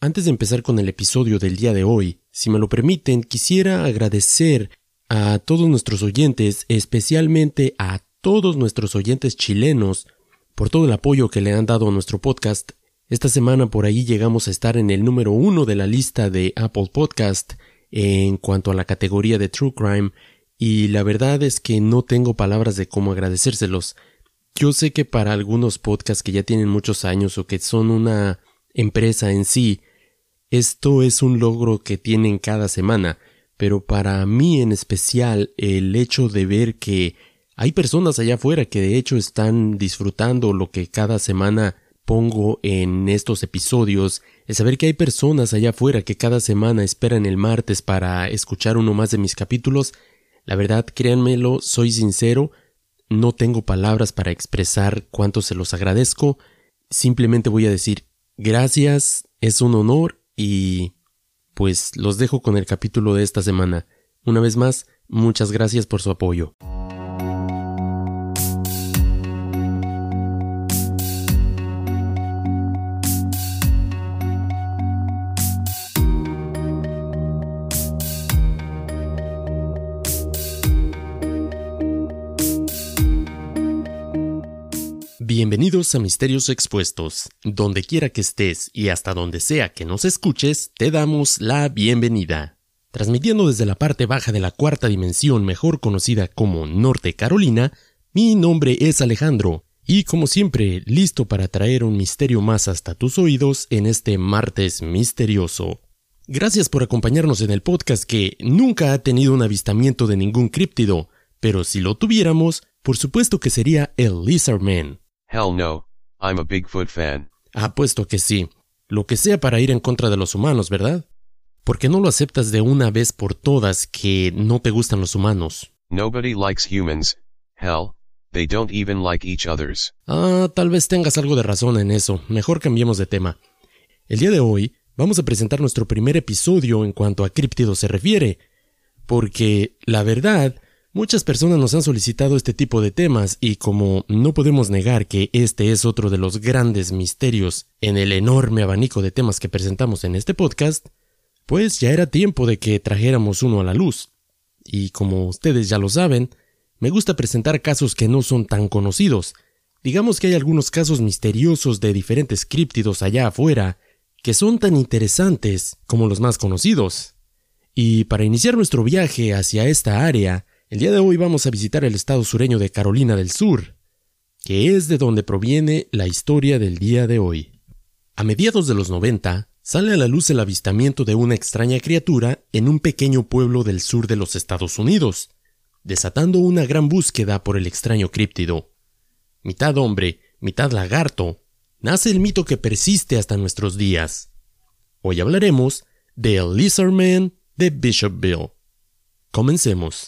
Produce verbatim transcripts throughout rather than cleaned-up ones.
Antes de empezar con el episodio del día de hoy, si me lo permiten, quisiera agradecer a todos nuestros oyentes, especialmente a todos nuestros oyentes chilenos, por todo el apoyo que le han dado a nuestro podcast. Esta semana por ahí llegamos a estar en el número uno de la lista de Apple Podcast en cuanto a la categoría de True Crime, y la verdad es que no tengo palabras de cómo agradecérselos. Yo sé que para algunos podcasts que ya tienen muchos años o que son una empresa en sí, esto es un logro que tienen cada semana, pero para mí en especial el hecho de ver que hay personas allá afuera que de hecho están disfrutando lo que cada semana pongo en estos episodios, el saber que hay personas allá afuera que cada semana esperan el martes para escuchar uno más de mis capítulos, la verdad, créanmelo, soy sincero, no tengo palabras para expresar cuánto se los agradezco, simplemente voy a decir gracias, es un honor y pues los dejo con el capítulo de esta semana. Una vez más, muchas gracias por su apoyo. Bienvenidos a Misterios Expuestos. Donde quiera que estés y hasta donde sea que nos escuches, te damos la bienvenida. Transmitiendo desde la parte baja de la cuarta dimensión, mejor conocida como Norte Carolina, mi nombre es Alejandro, y como siempre, listo para traer un misterio más hasta tus oídos en este martes misterioso. Gracias por acompañarnos en el podcast que nunca ha tenido un avistamiento de ningún críptido, pero si lo tuviéramos, por supuesto que sería el Lizardman. Hell no, I'm a Bigfoot fan. Apuesto que sí. Lo que sea para ir en contra de los humanos, ¿verdad? ¿Por qué no lo aceptas de una vez por todas que no te gustan los humanos? Nobody likes humans. Hell, they don't even like each others. Ah, tal vez tengas algo de razón en eso. Mejor cambiemos de tema. El día de hoy vamos a presentar nuestro primer episodio en cuanto a críptidos se refiere. Porque, la verdad, muchas personas nos han solicitado este tipo de temas y como no podemos negar que este es otro de los grandes misterios en el enorme abanico de temas que presentamos en este podcast, pues ya era tiempo de que trajéramos uno a la luz. Y como ustedes ya lo saben, me gusta presentar casos que no son tan conocidos. Digamos que hay algunos casos misteriosos de diferentes críptidos allá afuera que son tan interesantes como los más conocidos. Y para iniciar nuestro viaje hacia esta área, el día de hoy vamos a visitar el estado sureño de Carolina del Sur, que es de donde proviene la historia del día de hoy. A mediados de los noventa, sale a la luz el avistamiento de una extraña criatura en un pequeño pueblo del sur de los Estados Unidos, desatando una gran búsqueda por el extraño críptido. Mitad hombre, mitad lagarto, nace el mito que persiste hasta nuestros días. Hoy hablaremos de El Lizardman de Bishopville. Comencemos.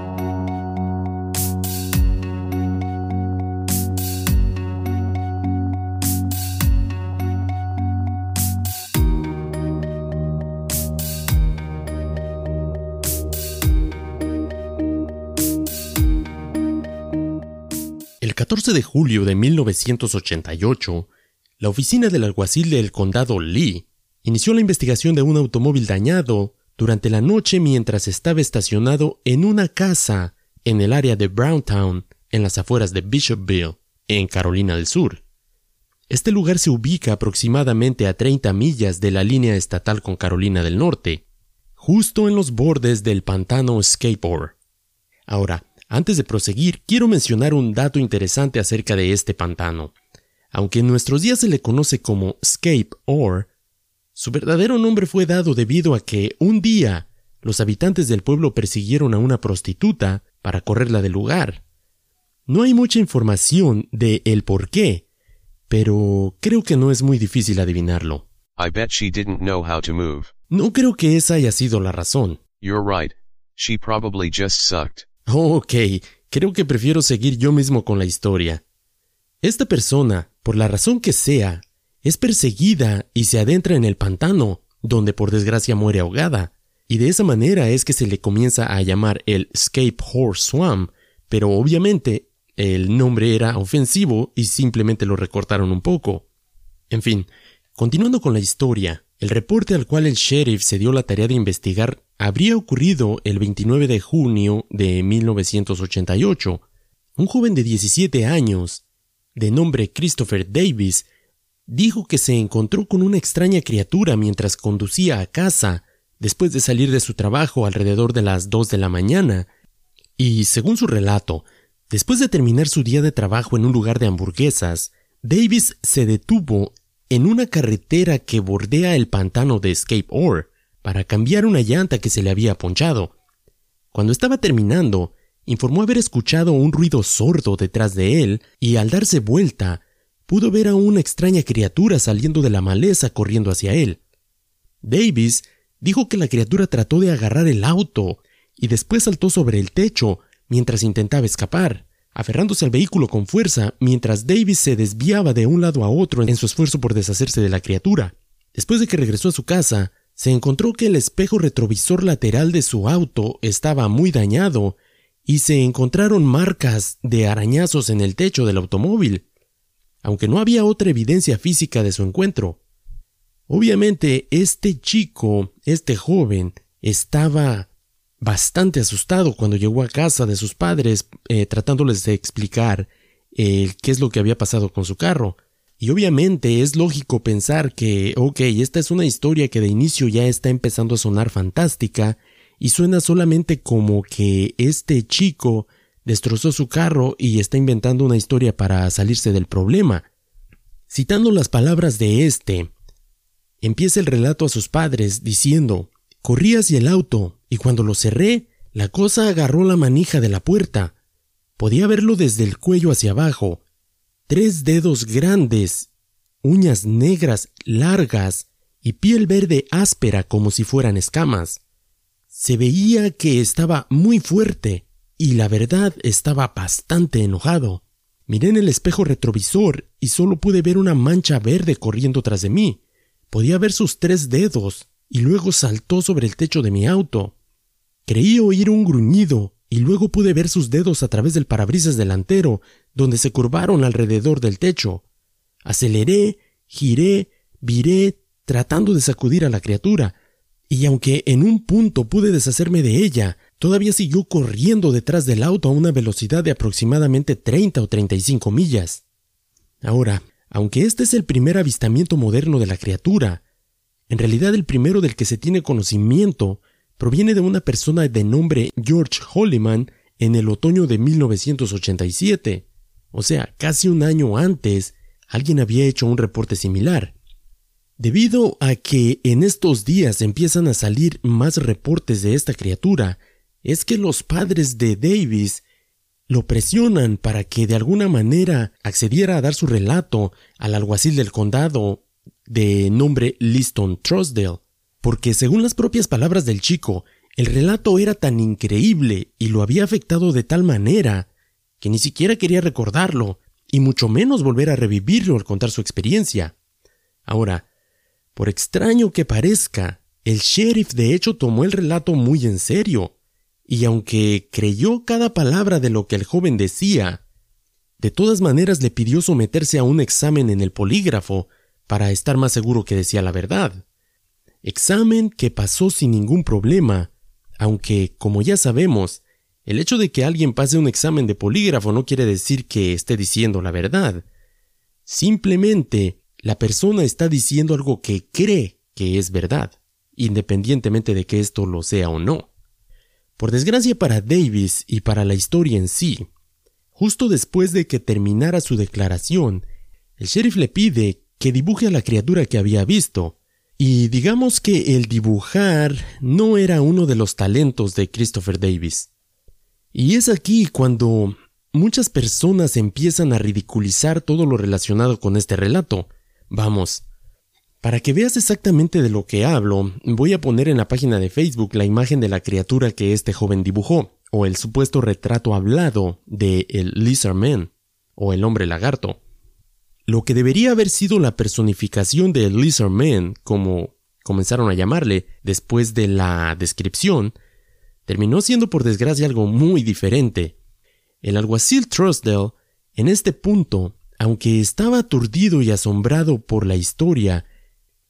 El catorce de julio de mil novecientos ochenta y ocho, la oficina del alguacil del condado Lee inició la investigación de un automóvil dañado durante la noche mientras estaba estacionado en una casa en el área de Browntown, en las afueras de Bishopville, en Carolina del Sur. Este lugar se ubica aproximadamente a treinta millas de la línea estatal con Carolina del Norte, justo en los bordes del pantano Scape Ore. Ahora, antes de proseguir, quiero mencionar un dato interesante acerca de este pantano. Aunque en nuestros días se le conoce como Scape Ore, su verdadero nombre fue dado debido a que un día los habitantes del pueblo persiguieron a una prostituta para correrla del lugar. No hay mucha información de el por qué, pero creo que no es muy difícil adivinarlo. I bet she didn't know how to move. No creo que esa haya sido la razón. You're right. She probably just sucked. Oh, ok, creo que prefiero seguir yo mismo con la historia. Esta persona, por la razón que sea, es perseguida y se adentra en el pantano, donde por desgracia muere ahogada, y de esa manera es que se le comienza a llamar el Scape Ore Swamp, pero obviamente el nombre era ofensivo y simplemente lo recortaron un poco. En fin, continuando con la historia, El reporte al cual el sheriff se dio la tarea de investigar habría ocurrido el veintinueve de junio de mil novecientos ochenta y ocho. Un joven de diecisiete años, de nombre Christopher Davis, dijo que se encontró con una extraña criatura mientras conducía a casa después de salir de su trabajo alrededor de las dos de la mañana. Y, según su relato, después de terminar su día de trabajo en un lugar de hamburguesas, Davis se detuvo en una carretera que bordea el pantano de Scape Ore para cambiar una llanta que se le había ponchado. Cuando estaba terminando, informó haber escuchado un ruido sordo detrás de él y, al darse vuelta, pudo ver a una extraña criatura saliendo de la maleza corriendo hacia él. Davis dijo que la criatura trató de agarrar el auto y después saltó sobre el techo mientras intentaba escapar, aferrándose al vehículo con fuerza mientras Davis se desviaba de un lado a otro en su esfuerzo por deshacerse de la criatura. Después de que regresó a su casa, se encontró que el espejo retrovisor lateral de su auto estaba muy dañado y se encontraron marcas de arañazos en el techo del automóvil, aunque no había otra evidencia física de su encuentro. Obviamente, este chico, este joven, estaba bastante asustado cuando llegó a casa de sus padres, eh, tratándoles de explicar eh, qué es lo que había pasado con su carro. Y obviamente es lógico pensar que, ok, esta es una historia que de inicio ya está empezando a sonar fantástica y suena solamente como que este chico destrozó su carro y está inventando una historia para salirse del problema. Citando las palabras de este, empieza el relato a sus padres diciendo: «Corrí hacia el auto y cuando lo cerré, la cosa agarró la manija de la puerta. Podía verlo desde el cuello hacia abajo. Tres dedos grandes, uñas negras largas y piel verde áspera como si fueran escamas. Se veía que estaba muy fuerte y la verdad estaba bastante enojado. Miré en el espejo retrovisor y solo pude ver una mancha verde corriendo tras de mí. Podía ver sus tres dedos y luego saltó sobre el techo de mi auto. Creí oír un gruñido y luego pude ver sus dedos a través del parabrisas delantero, donde se curvaron alrededor del techo. Aceleré, giré, viré, tratando de sacudir a la criatura, y aunque en un punto pude deshacerme de ella, todavía siguió corriendo detrás del auto a una velocidad de aproximadamente treinta o treinta y cinco millas. Ahora, aunque este es el primer avistamiento moderno de la criatura, en realidad el primero del que se tiene conocimiento proviene de una persona de nombre George Holliman en el otoño de mil novecientos ochenta y siete. O sea, casi un año antes, alguien había hecho un reporte similar. Debido a que en estos días empiezan a salir más reportes de esta criatura, es que los padres de Davis lo presionan para que de alguna manera accediera a dar su relato al alguacil del condado de nombre Liston Truesdale, porque según las propias palabras del chico, el relato era tan increíble y lo había afectado de tal manera que ni siquiera quería recordarlo, y mucho menos volver a revivirlo al contar su experiencia. Ahora, por extraño que parezca, el sheriff de hecho tomó el relato muy en serio, y aunque creyó cada palabra de lo que el joven decía, de todas maneras le pidió someterse a un examen en el polígrafo para estar más seguro que decía la verdad. Examen que pasó sin ningún problema, aunque, como ya sabemos, el hecho de que alguien pase un examen de polígrafo no quiere decir que esté diciendo la verdad. Simplemente, la persona está diciendo algo que cree que es verdad, independientemente de que esto lo sea o no. Por desgracia para Davis y para la historia en sí, justo después de que terminara su declaración, el sheriff le pide que dibuje a la criatura que había visto, y digamos que el dibujar no era uno de los talentos de Christopher Davis. Y es aquí cuando muchas personas empiezan a ridiculizar todo lo relacionado con este relato. Vamos, para que veas exactamente de lo que hablo, voy a poner en la página de Facebook la imagen de la criatura que este joven dibujó, o el supuesto retrato hablado de el Lizard Man, o el hombre lagarto. Lo que debería haber sido la personificación del Lizard Man, como comenzaron a llamarle después de la descripción, terminó siendo por desgracia algo muy diferente. El alguacil Truesdale, en este punto, aunque estaba aturdido y asombrado por la historia,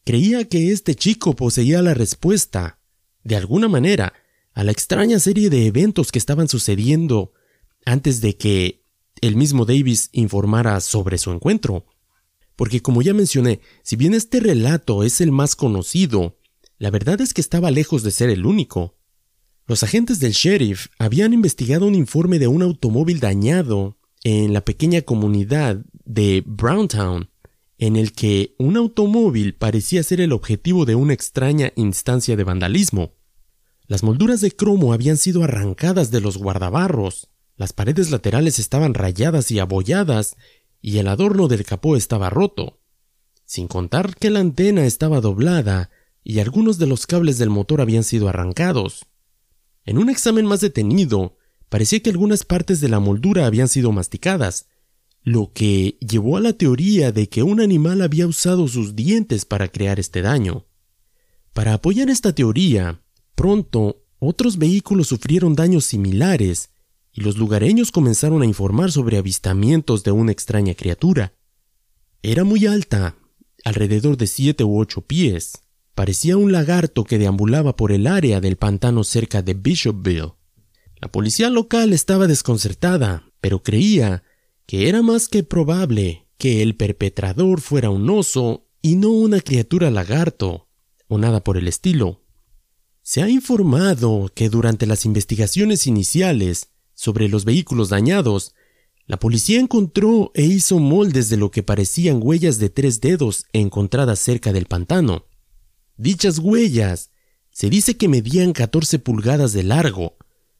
creía que este chico poseía la respuesta, de alguna manera, a la extraña serie de eventos que estaban sucediendo antes de que el mismo Davis informara sobre su encuentro. Porque como ya mencioné, si bien este relato es el más conocido, la verdad es que estaba lejos de ser el único. Los agentes del sheriff habían investigado un informe de un automóvil dañado en la pequeña comunidad de Browntown, en el que un automóvil parecía ser el objetivo de una extraña instancia de vandalismo. Las molduras de cromo habían sido arrancadas de los guardabarros, las paredes laterales estaban rayadas y abolladas, y el adorno del capó estaba roto, sin contar que la antena estaba doblada y algunos de los cables del motor habían sido arrancados. En un examen más detenido, parecía que algunas partes de la moldura habían sido masticadas, lo que llevó a la teoría de que un animal había usado sus dientes para crear este daño. Para apoyar esta teoría, pronto otros vehículos sufrieron daños similares y los lugareños comenzaron a informar sobre avistamientos de una extraña criatura. Era muy alta, alrededor de siete u ocho pies. Parecía un lagarto que deambulaba por el área del pantano cerca de Bishopville. La policía local estaba desconcertada, pero creía que era más que probable que el perpetrador fuera un oso y no una criatura lagarto, o nada por el estilo. Se ha informado que durante las investigaciones iniciales sobre los vehículos dañados, la policía encontró e hizo moldes de lo que parecían huellas de tres dedos encontradas cerca del pantano. Dichas huellas se dice que medían catorce pulgadas de largo,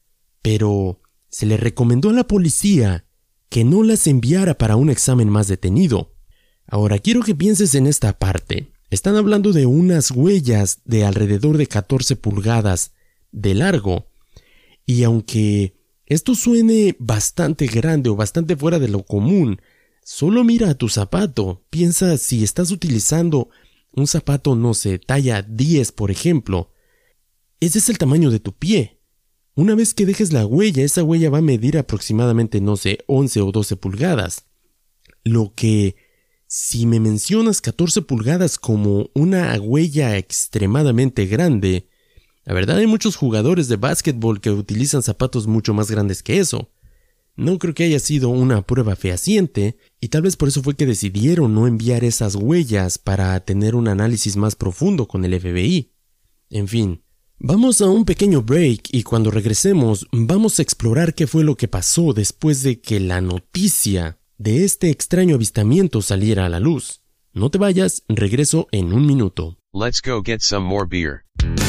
pero se le recomendó a la policía que no las enviara para un examen más detenido. Ahora quiero que pienses en esta parte. Están hablando de unas huellas de alrededor de catorce pulgadas de largo, y aunque esto suene bastante grande o bastante fuera de lo común, solo mira a tu zapato. Piensa si estás utilizando un zapato, no sé, talla diez, por ejemplo. Ese es el tamaño de tu pie. Una vez que dejes la huella, esa huella va a medir aproximadamente, no sé, once o doce pulgadas. Lo que, si me mencionas catorce pulgadas como una huella extremadamente grande, la verdad hay muchos jugadores de básquetbol que utilizan zapatos mucho más grandes que eso. No creo que haya sido una prueba fehaciente, y tal vez por eso fue que decidieron no enviar esas huellas para tener un análisis más profundo con el F B I. En fin, vamos a un pequeño break y cuando regresemos vamos a explorar qué fue lo que pasó después de que la noticia de este extraño avistamiento saliera a la luz. No te vayas, regreso en un minuto. Let's go get some more beer.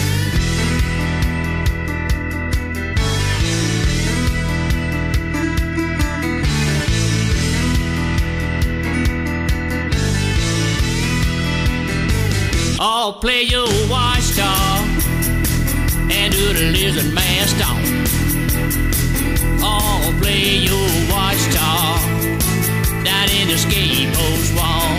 Oh, play your watchdog and do the lizard mask on. Oh, play your watchdog down in the skateboard's wall.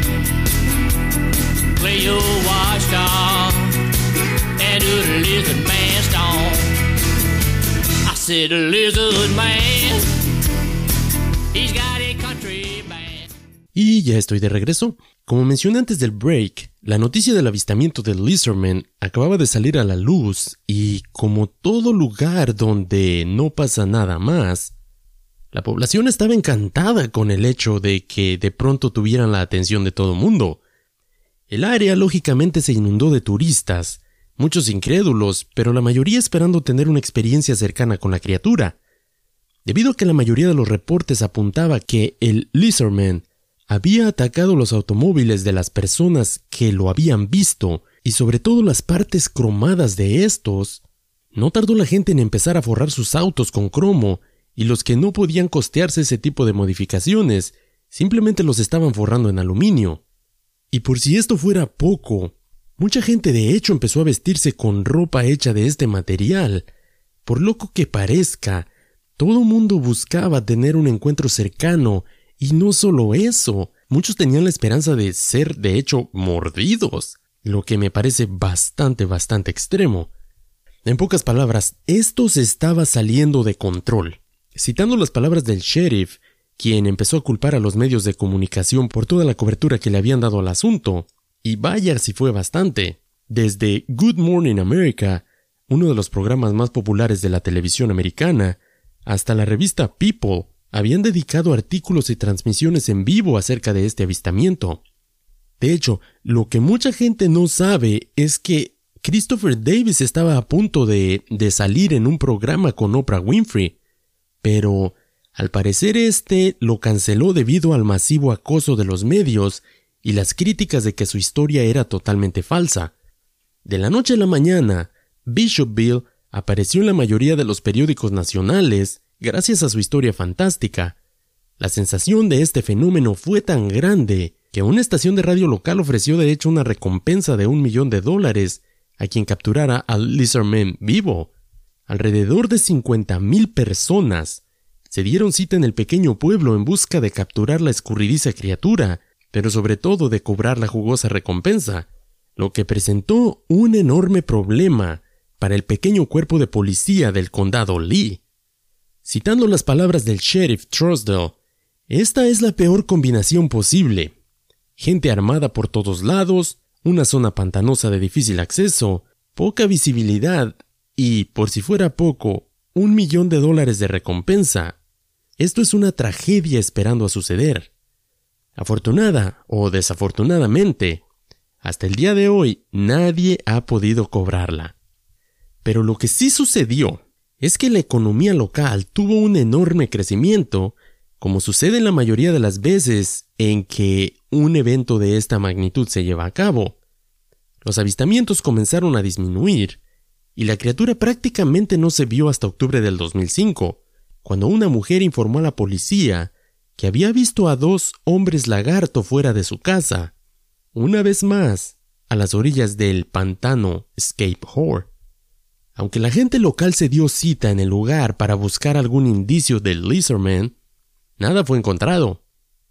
Play your watchdog and do the lizard mask on. I said the lizard man, he's got a country band. Y ya estoy de regreso. Como mencioné antes del break, la noticia del avistamiento del Lizardman acababa de salir a la luz y, como todo lugar donde no pasa nada más, la población estaba encantada con el hecho de que de pronto tuvieran la atención de todo mundo. El área lógicamente se inundó de turistas, muchos incrédulos, pero la mayoría esperando tener una experiencia cercana con la criatura. Debido a que la mayoría de los reportes apuntaba que el Lizardman había atacado los automóviles de las personas que lo habían visto y sobre todo las partes cromadas de estos, no tardó la gente en empezar a forrar sus autos con cromo y los que no podían costearse ese tipo de modificaciones simplemente los estaban forrando en aluminio. Y por si esto fuera poco, mucha gente de hecho empezó a vestirse con ropa hecha de este material. Por loco que parezca, todo mundo buscaba tener un encuentro cercano. Y no solo eso, muchos tenían la esperanza de ser, de hecho, mordidos, lo que me parece bastante, bastante extremo. En pocas palabras, esto se estaba saliendo de control. Citando las palabras del sheriff, quien empezó a culpar a los medios de comunicación por toda la cobertura que le habían dado al asunto, Y vaya si fue bastante. Desde Good Morning America, uno de los programas más populares de la televisión americana, hasta la revista People, habían dedicado artículos y transmisiones en vivo acerca de este avistamiento. De hecho, lo que mucha gente no sabe es que Christopher Davis estaba a punto de, de salir en un programa con Oprah Winfrey, pero al parecer este lo canceló debido al masivo acoso de los medios y las críticas de que su historia era totalmente falsa. De la noche a la mañana, Bishopville apareció en la mayoría de los periódicos nacionales gracias a su historia fantástica. La sensación de este fenómeno fue tan grande que una estación de radio local ofreció de hecho una recompensa de un millón de dólares a quien capturara al Lizardman vivo. Alrededor de cincuenta mil personas se dieron cita en el pequeño pueblo en busca de capturar la escurridiza criatura, pero sobre todo de cobrar la jugosa recompensa, lo que presentó un enorme problema para el pequeño cuerpo de policía del condado Lee. Citando las palabras del sheriff Trousdale, esta es la peor combinación posible. Gente armada por todos lados, una zona pantanosa de difícil acceso, poca visibilidad y, por si fuera poco, un millón de dólares de recompensa. Esto es una tragedia esperando a suceder. Afortunada o desafortunadamente, hasta el día de hoy nadie ha podido cobrarla. Pero lo que sí sucedió es que la economía local tuvo un enorme crecimiento, como sucede en la mayoría de las veces en que un evento de esta magnitud se lleva a cabo. Los avistamientos comenzaron a disminuir y la criatura prácticamente no se vio hasta octubre del dos mil cinco, cuando una mujer informó a la policía que había visto a dos hombres lagarto fuera de su casa, una vez más a las orillas del pantano Scape Hole. Aunque la gente local se dio cita en el lugar para buscar algún indicio del Lizardman, nada fue encontrado.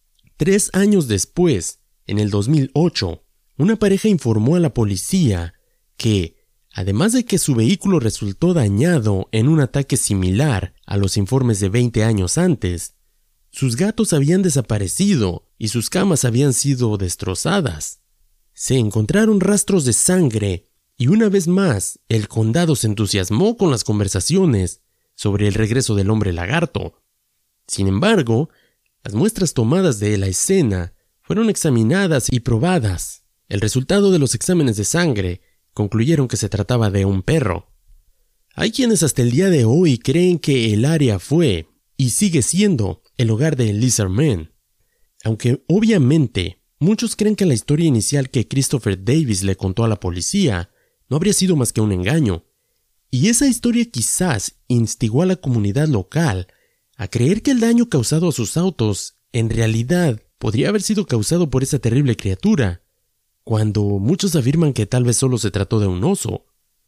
Tres años después, en el dos mil ocho, una pareja informó a la policía que, además de que su vehículo resultó dañado en un ataque similar a los informes de veinte años antes, sus gatos habían desaparecido y sus camas habían sido destrozadas. Se encontraron rastros de sangre y una vez más el condado se entusiasmó con las conversaciones sobre el regreso del hombre lagarto. Sin embargo, las muestras tomadas de la escena fueron examinadas y probadas. El resultado de los exámenes de sangre concluyeron que se trataba de un perro. Hay quienes hasta el día de hoy creen que el área fue, y sigue siendo, el hogar de Lizardman. Aunque obviamente muchos creen que la historia inicial que Christopher Davis le contó a la policía no habría sido más que un engaño. Y esa historia quizás instigó a la comunidad local a creer que el daño causado a sus autos en realidad podría haber sido causado por esa terrible criatura, cuando muchos afirman que tal vez solo se trató de un oso.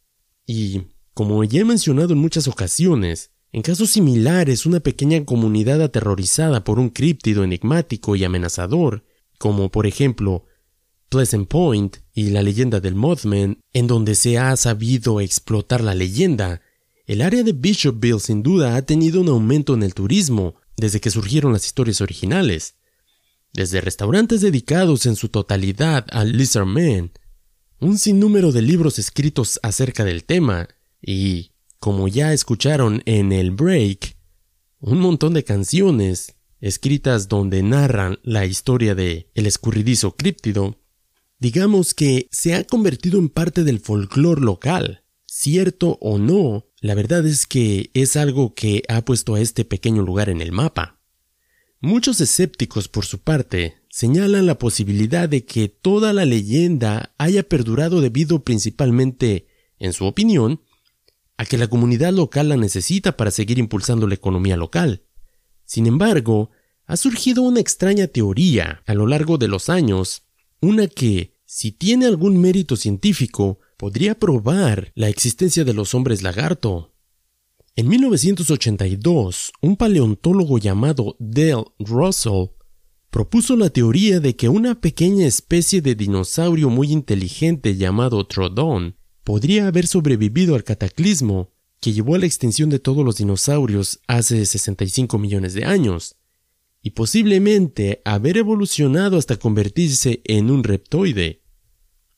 Y, como ya he mencionado en muchas ocasiones, en casos similares una pequeña comunidad aterrorizada por un críptido enigmático y amenazador, como por ejemplo Pleasant Point y la leyenda del Mothman, en donde se ha sabido explotar la leyenda, el área de Bishopville sin duda ha tenido un aumento en el turismo desde que surgieron las historias originales. Desde restaurantes dedicados en su totalidad al Lizardman, un sinnúmero de libros escritos acerca del tema y, como ya escucharon en el break, un montón de canciones escritas donde narran la historia de el escurridizo críptido, digamos que se ha convertido en parte del folclore local. Cierto o no, la verdad es que es algo que ha puesto a este pequeño lugar en el mapa. Muchos escépticos, por su parte, señalan la posibilidad de que toda la leyenda haya perdurado debido principalmente, en su opinión, a que la comunidad local la necesita para seguir impulsando la economía local. Sin embargo, ha surgido una extraña teoría a lo largo de los años, una que, si tiene algún mérito científico, podría probar la existencia de los hombres lagarto. En mil novecientos ochenta y dos, un paleontólogo llamado Dale Russell propuso la teoría de que una pequeña especie de dinosaurio muy inteligente llamado Troodon podría haber sobrevivido al cataclismo que llevó a la extinción de todos los dinosaurios hace sesenta y cinco millones de años, y posiblemente haber evolucionado hasta convertirse en un reptoide.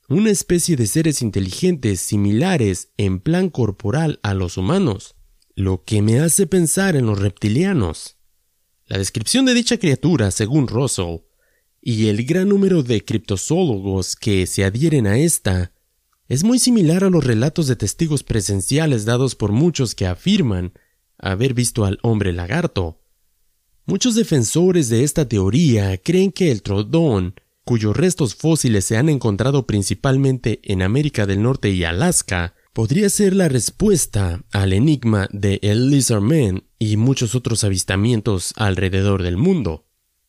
una especie de seres inteligentes similares en plan corporal a los humanos, lo que me hace pensar en los reptilianos. La descripción de dicha criatura, según Russell, y el gran número de criptozoólogos que se adhieren a esta, es muy similar a los relatos de testigos presenciales dados por muchos que afirman haber visto al hombre lagarto. Muchos defensores de esta teoría creen que el Troodon, cuyos restos fósiles se han encontrado principalmente en América del Norte y Alaska, podría ser la respuesta al enigma de el Lizard Man y muchos otros avistamientos alrededor del mundo.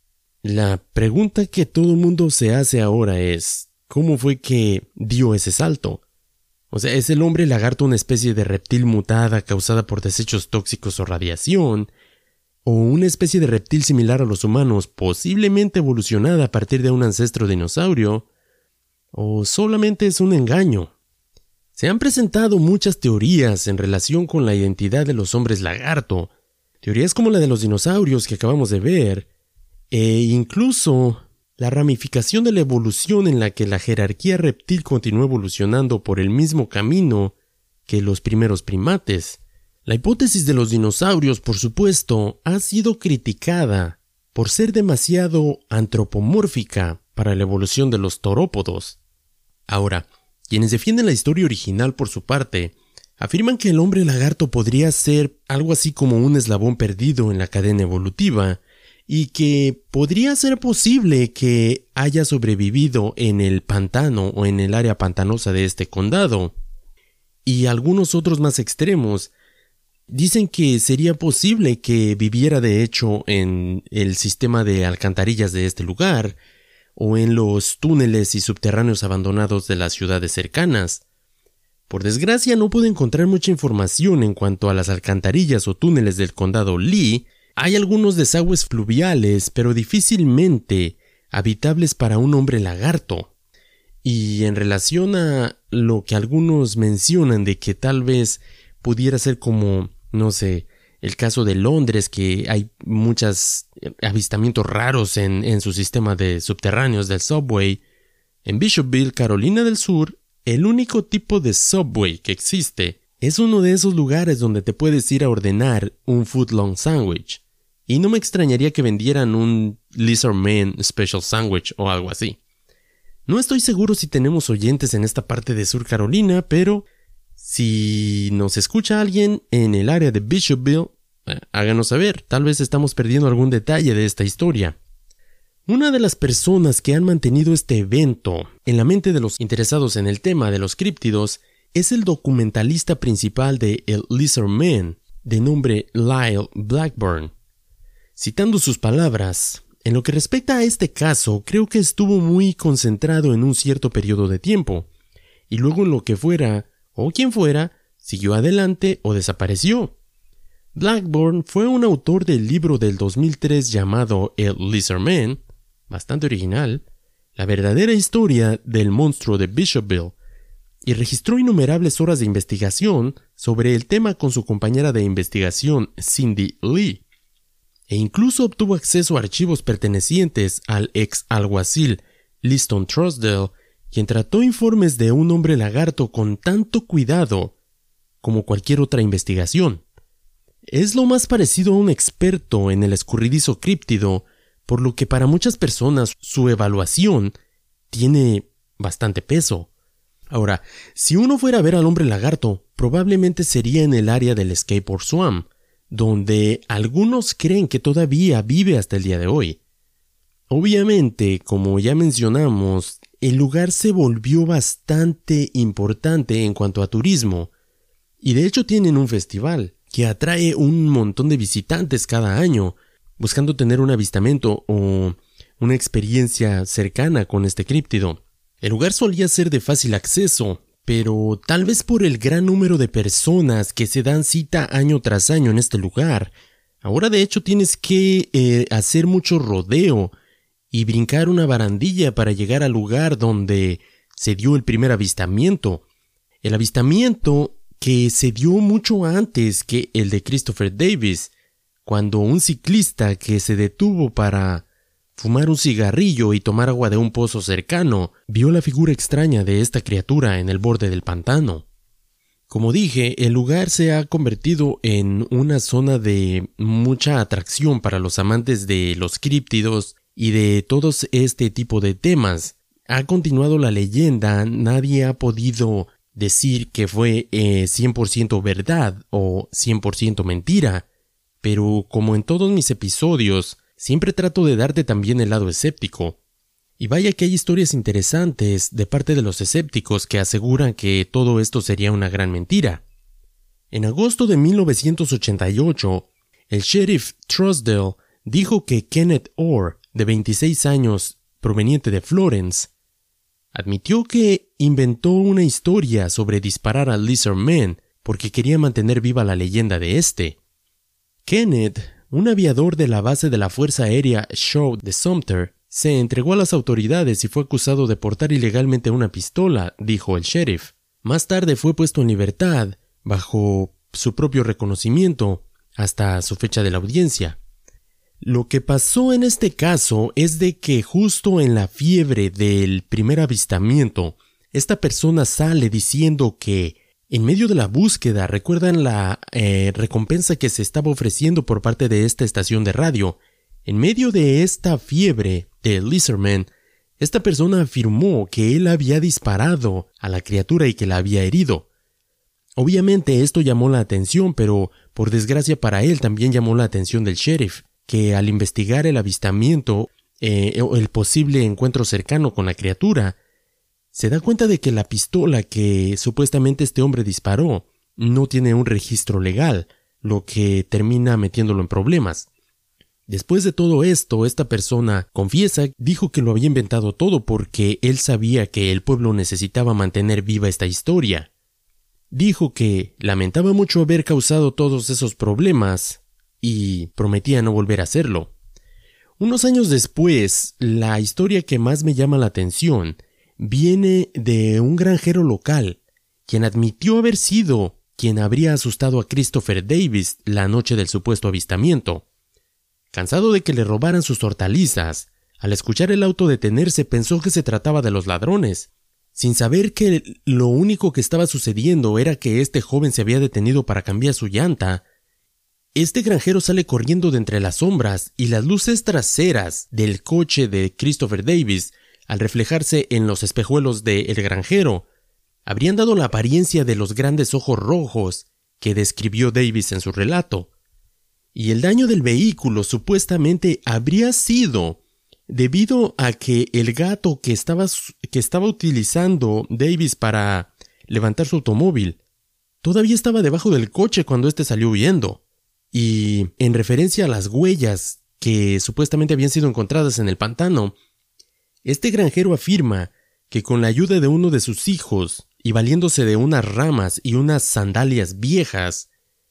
La pregunta que todo el mundo se hace ahora es, ¿cómo fue que dio ese salto? O sea, ¿es el hombre lagarto una especie de reptil mutada causada por desechos tóxicos o radiación? ¿O una especie de reptil similar a los humanos, posiblemente evolucionada a partir de un ancestro dinosaurio? ¿O solamente es un engaño? Se han presentado muchas teorías en relación con la identidad de los hombres lagarto, teorías como la de los dinosaurios que acabamos de ver, e incluso la ramificación de la evolución en la que la jerarquía reptil continuó evolucionando por el mismo camino que los primeros primates. La hipótesis de los dinosaurios, por supuesto, ha sido criticada por ser demasiado antropomórfica para la evolución de los taurópodos. Ahora, quienes defienden la historia original por su parte, afirman que el hombre lagarto podría ser algo así como un eslabón perdido en la cadena evolutiva y que podría ser posible que haya sobrevivido en el pantano o en el área pantanosa de este condado. Y algunos otros más extremos dicen que sería posible que viviera de hecho en el sistema de alcantarillas de este lugar, o en los túneles y subterráneos abandonados de las ciudades cercanas. Por desgracia no pude encontrar mucha información en cuanto a las alcantarillas o túneles del condado Lee. Hay algunos desagües fluviales, pero difícilmente habitables para un hombre lagarto. Y en relación a lo que algunos mencionan de que tal vez pudiera ser como, no sé, el caso de Londres, que hay muchos avistamientos raros en, en su sistema de subterráneos del subway. En Bishopville, Carolina del Sur, el único tipo de subway que existe es uno de esos lugares donde te puedes ir a ordenar un footlong sandwich. Y no me extrañaría que vendieran un Lizard Man Special Sandwich o algo así. No estoy seguro si tenemos oyentes en esta parte de Sur Carolina, pero si nos escucha alguien en el área de Bishopville, eh, háganos saber, tal vez estamos perdiendo algún detalle de esta historia. Una de las personas que han mantenido este evento en la mente de los interesados en el tema de los críptidos es el documentalista principal de El Lizard Man, de nombre Lyle Blackburn. Citando sus palabras, en lo que respecta a este caso, creo que estuvo muy concentrado en un cierto periodo de tiempo, y luego en lo que fuera, o quien fuera, siguió adelante o desapareció. Blackburn fue un autor del libro del dos mil tres llamado El Lizard Man, bastante original, la verdadera historia del monstruo de Bishopville, y registró innumerables horas de investigación sobre el tema con su compañera de investigación Cindy Lee, e incluso obtuvo acceso a archivos pertenecientes al ex alguacil Liston Truesdale, quien trató informes de un hombre lagarto con tanto cuidado como cualquier otra investigación. Es lo más parecido a un experto en el escurridizo críptido, por lo que para muchas personas su evaluación tiene bastante peso. Ahora, si uno fuera a ver al hombre lagarto, probablemente sería en el área del Skateboard Swamp, donde algunos creen que todavía vive hasta el día de hoy. Obviamente, como ya mencionamos, el lugar se volvió bastante importante en cuanto a turismo, y de hecho tienen un festival que atrae un montón de visitantes cada año, buscando tener un avistamiento o una experiencia cercana con este críptido. El lugar solía ser de fácil acceso, pero tal vez por el gran número de personas que se dan cita año tras año en este lugar, ahora de hecho tienes que eh, hacer mucho rodeo y brincar una barandilla para llegar al lugar donde se dio el primer avistamiento. El avistamiento que se dio mucho antes que el de Christopher Davis, cuando un ciclista que se detuvo para fumar un cigarrillo y tomar agua de un pozo cercano, vio la figura extraña de esta criatura en el borde del pantano. Como dije, el lugar se ha convertido en una zona de mucha atracción para los amantes de los críptidos y de todos este tipo de temas. Ha continuado la leyenda, nadie ha podido decir que fue eh, cien por ciento verdad o cien por ciento mentira, pero como en todos mis episodios, siempre trato de darte también el lado escéptico. Y vaya que hay historias interesantes de parte de los escépticos que aseguran que todo esto sería una gran mentira. En agosto de mil novecientos ochenta y ocho, el sheriff Truesdell dijo que Kenneth Orr, de veintiséis años, proveniente de Florence, admitió que inventó una historia sobre disparar al Lizard Man porque quería mantener viva la leyenda de este. Kenneth, un aviador de la base de la Fuerza Aérea Shaw de Sumter, se entregó a las autoridades y fue acusado de portar ilegalmente una pistola, dijo el sheriff. Más tarde fue puesto en libertad, bajo su propio reconocimiento, hasta su fecha de la audiencia. Lo que pasó en este caso es de que justo en la fiebre del primer avistamiento, esta persona sale diciendo que en medio de la búsqueda, recuerdan la eh, recompensa que se estaba ofreciendo por parte de esta estación de radio. En medio de esta fiebre de Lizardman, esta persona afirmó que él había disparado a la criatura y que la había herido. Obviamente esto llamó la atención, pero por desgracia para él también llamó la atención del sheriff, que al investigar el avistamiento eh, o el posible encuentro cercano con la criatura, se da cuenta de que la pistola que supuestamente este hombre disparó no tiene un registro legal, lo que termina metiéndolo en problemas. Después de todo esto, esta persona confiesa, dijo que lo había inventado todo porque él sabía que el pueblo necesitaba mantener viva esta historia. Dijo que lamentaba mucho haber causado todos esos problemas y prometía no volver a hacerlo. Unos años después, la historia que más me llama la atención viene de un granjero local, quien admitió haber sido quien habría asustado a Christopher Davis la noche del supuesto avistamiento. Cansado de que le robaran sus hortalizas, al escuchar el auto detenerse pensó que se trataba de los ladrones, sin saber que lo único que estaba sucediendo era que este joven se había detenido para cambiar su llanta. Este granjero sale corriendo de entre las sombras y las luces traseras del coche de Christopher Davis, al reflejarse en los espejuelos del granjero, habrían dado la apariencia de los grandes ojos rojos que describió Davis en su relato. Y el daño del vehículo supuestamente habría sido debido a que el gato que estaba, que estaba utilizando Davis para levantar su automóvil todavía estaba debajo del coche cuando éste salió huyendo. Y en referencia a las huellas que supuestamente habían sido encontradas en el pantano, este granjero afirma que con la ayuda de uno de sus hijos y valiéndose de unas ramas y unas sandalias viejas,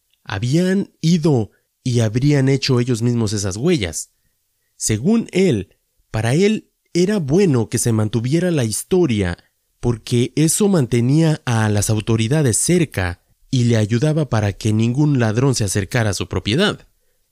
habían ido y habrían hecho ellos mismos esas huellas. Según él, para él era bueno que se mantuviera la historia porque eso mantenía a las autoridades cerca y le ayudaba para que ningún ladrón se acercara a su propiedad.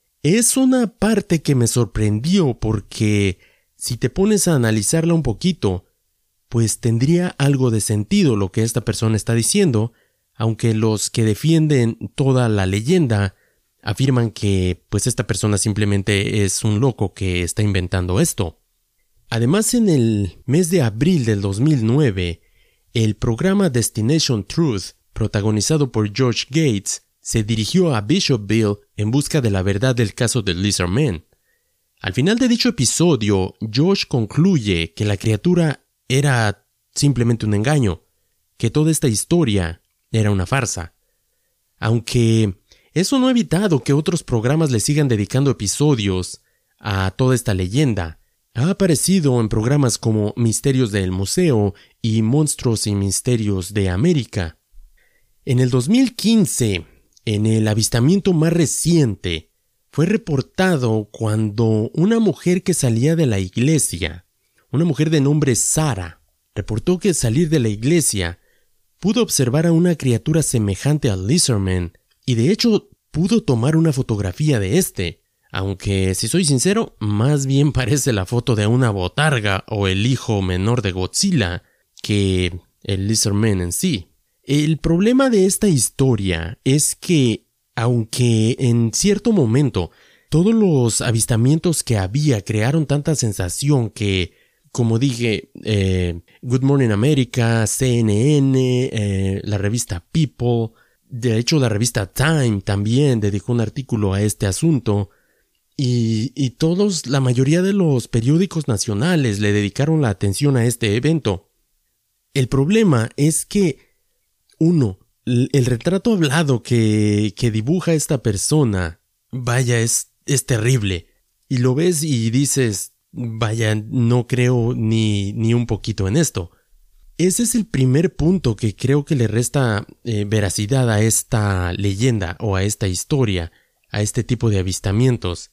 Es una parte que me sorprendió porque si te pones a analizarla un poquito, pues tendría algo de sentido lo que esta persona está diciendo, aunque los que defienden toda la leyenda afirman que pues esta persona simplemente es un loco que está inventando esto. Además, en el mes de abril del dos mil nueve, el programa Destination Truth, protagonizado por George Gates, se dirigió a Bishopville en busca de la verdad del caso del Lizard Man. Al final de dicho episodio, Josh concluye que la criatura era simplemente un engaño, que toda esta historia era una farsa. Aunque eso no ha evitado que otros programas le sigan dedicando episodios a toda esta leyenda. Ha aparecido en programas como Misterios del Museo y Monstruos y Misterios de América. En el dos mil quince, en el avistamiento más reciente, fue reportado cuando una mujer que salía de la iglesia, una mujer de nombre Sara, reportó que al salir de la iglesia pudo observar a una criatura semejante al Lizardman y de hecho pudo tomar una fotografía de este, Aunque, si soy sincero, más bien parece la foto de una botarga o el hijo menor de Godzilla que el Lizardman en sí. El problema de esta historia es que, aunque en cierto momento todos los avistamientos que había crearon tanta sensación que, como dije, eh, Good Morning America, C N N, eh, la revista People, de hecho la revista Time también dedicó un artículo a este asunto, y, y todos, la mayoría de los periódicos nacionales le dedicaron la atención a este evento. El problema es que, uno, el retrato hablado que, que dibuja esta persona, vaya, es, es terrible. Y lo ves y dices, vaya, no creo ni, ni un poquito en esto. Ese es el primer punto que creo que le resta eh, veracidad a esta leyenda o a esta historia, a este tipo de avistamientos.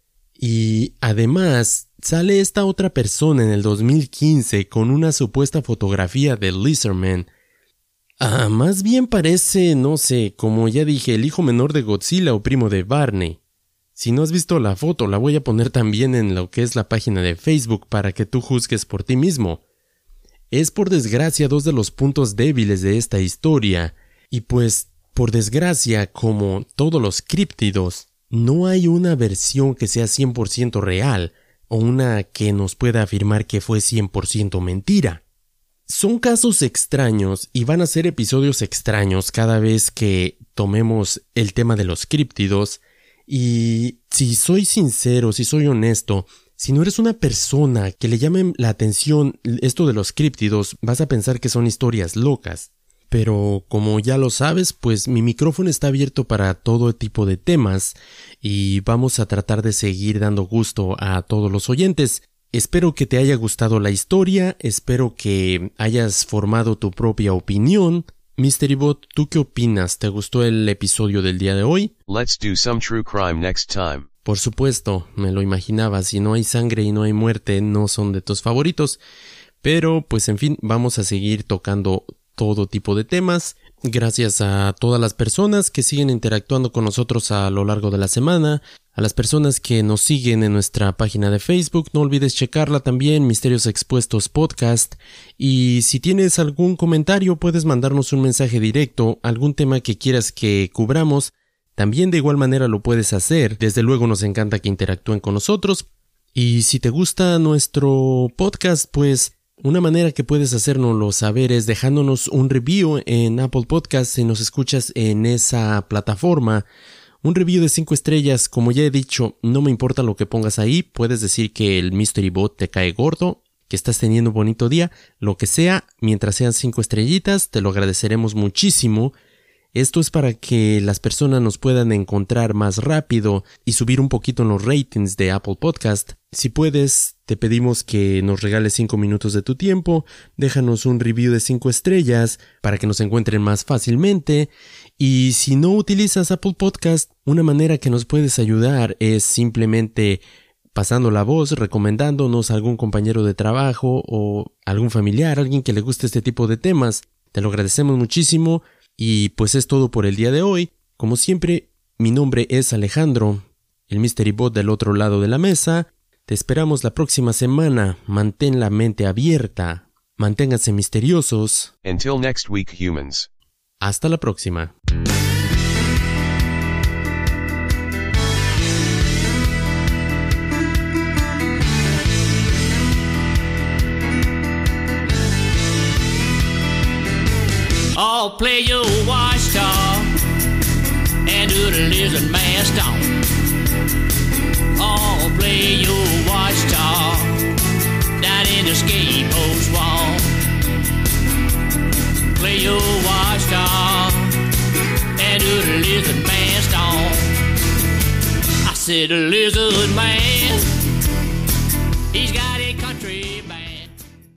Y además sale esta otra persona en el dos mil quince con una supuesta fotografía del Lizardman. Ah, más bien parece, no sé, como ya dije, el hijo menor de Godzilla o primo de Barney. Si no has visto la foto, la voy a poner también en lo que es la página de Facebook para que tú juzgues por ti mismo. Es por desgracia dos de los puntos débiles de esta historia, y pues, por desgracia, como todos los críptidos, no hay una versión que sea cien por ciento real, o una que nos pueda afirmar que fue cien por ciento mentira. Son casos extraños y van a ser episodios extraños cada vez que tomemos el tema de los críptidos, y si soy sincero, si soy honesto, si no eres una persona que le llame la atención esto de los críptidos, vas a pensar que son historias locas. Pero como ya lo sabes, pues mi micrófono está abierto para todo tipo de temas y vamos a tratar de seguir dando gusto a todos los oyentes. Espero que te haya gustado la historia, espero que hayas formado tu propia opinión. Mystery Bot, ¿tú qué opinas? ¿Te gustó el episodio del día de hoy? Let's do some true crime next time. Por supuesto, me lo imaginaba, si no hay sangre y no hay muerte, no son de tus favoritos. Pero, pues en fin, vamos a seguir tocando todo tipo de temas. Gracias a todas las personas que siguen interactuando con nosotros a lo largo de la semana, a las personas que nos siguen en nuestra página de Facebook, no olvides checarla también, Misterios Expuestos Podcast, y si tienes algún comentario puedes mandarnos un mensaje directo, algún tema que quieras que cubramos, también de igual manera lo puedes hacer. Desde luego nos encanta que interactúen con nosotros, y si te gusta nuestro podcast, pues una manera que puedes hacérnoslo saber es dejándonos un review en Apple Podcasts si nos escuchas en esa plataforma. Un review de cinco estrellas, como ya he dicho, no me importa lo que pongas ahí, puedes decir que el Mystery Bot te cae gordo, que estás teniendo un bonito día, lo que sea, mientras sean cinco estrellitas, te lo agradeceremos muchísimo. Esto es para que las personas nos puedan encontrar más rápido y subir un poquito en los ratings de Apple Podcast. Si puedes, te pedimos que nos regales cinco minutos de tu tiempo, déjanos un review de cinco estrellas para que nos encuentren más fácilmente. Y si no utilizas Apple Podcast, una manera que nos puedes ayudar es simplemente pasando la voz, recomendándonos a algún compañero de trabajo o algún familiar, alguien que le guste este tipo de temas. Te lo agradecemos muchísimo. Y pues es todo por el día de hoy. Como siempre, mi nombre es Alejandro, el Mystery Bot del otro lado de la mesa. Te esperamos la próxima semana. Mantén la mente abierta. Manténganse misteriosos. Until next week, humans. Hasta la próxima. Oh, play your watchdog and do the lizard mask on. Oh, play your watchdog down in the skateboard's wall. Play your watchdog and do the lizard mask on. I said the lizard man, he's got a country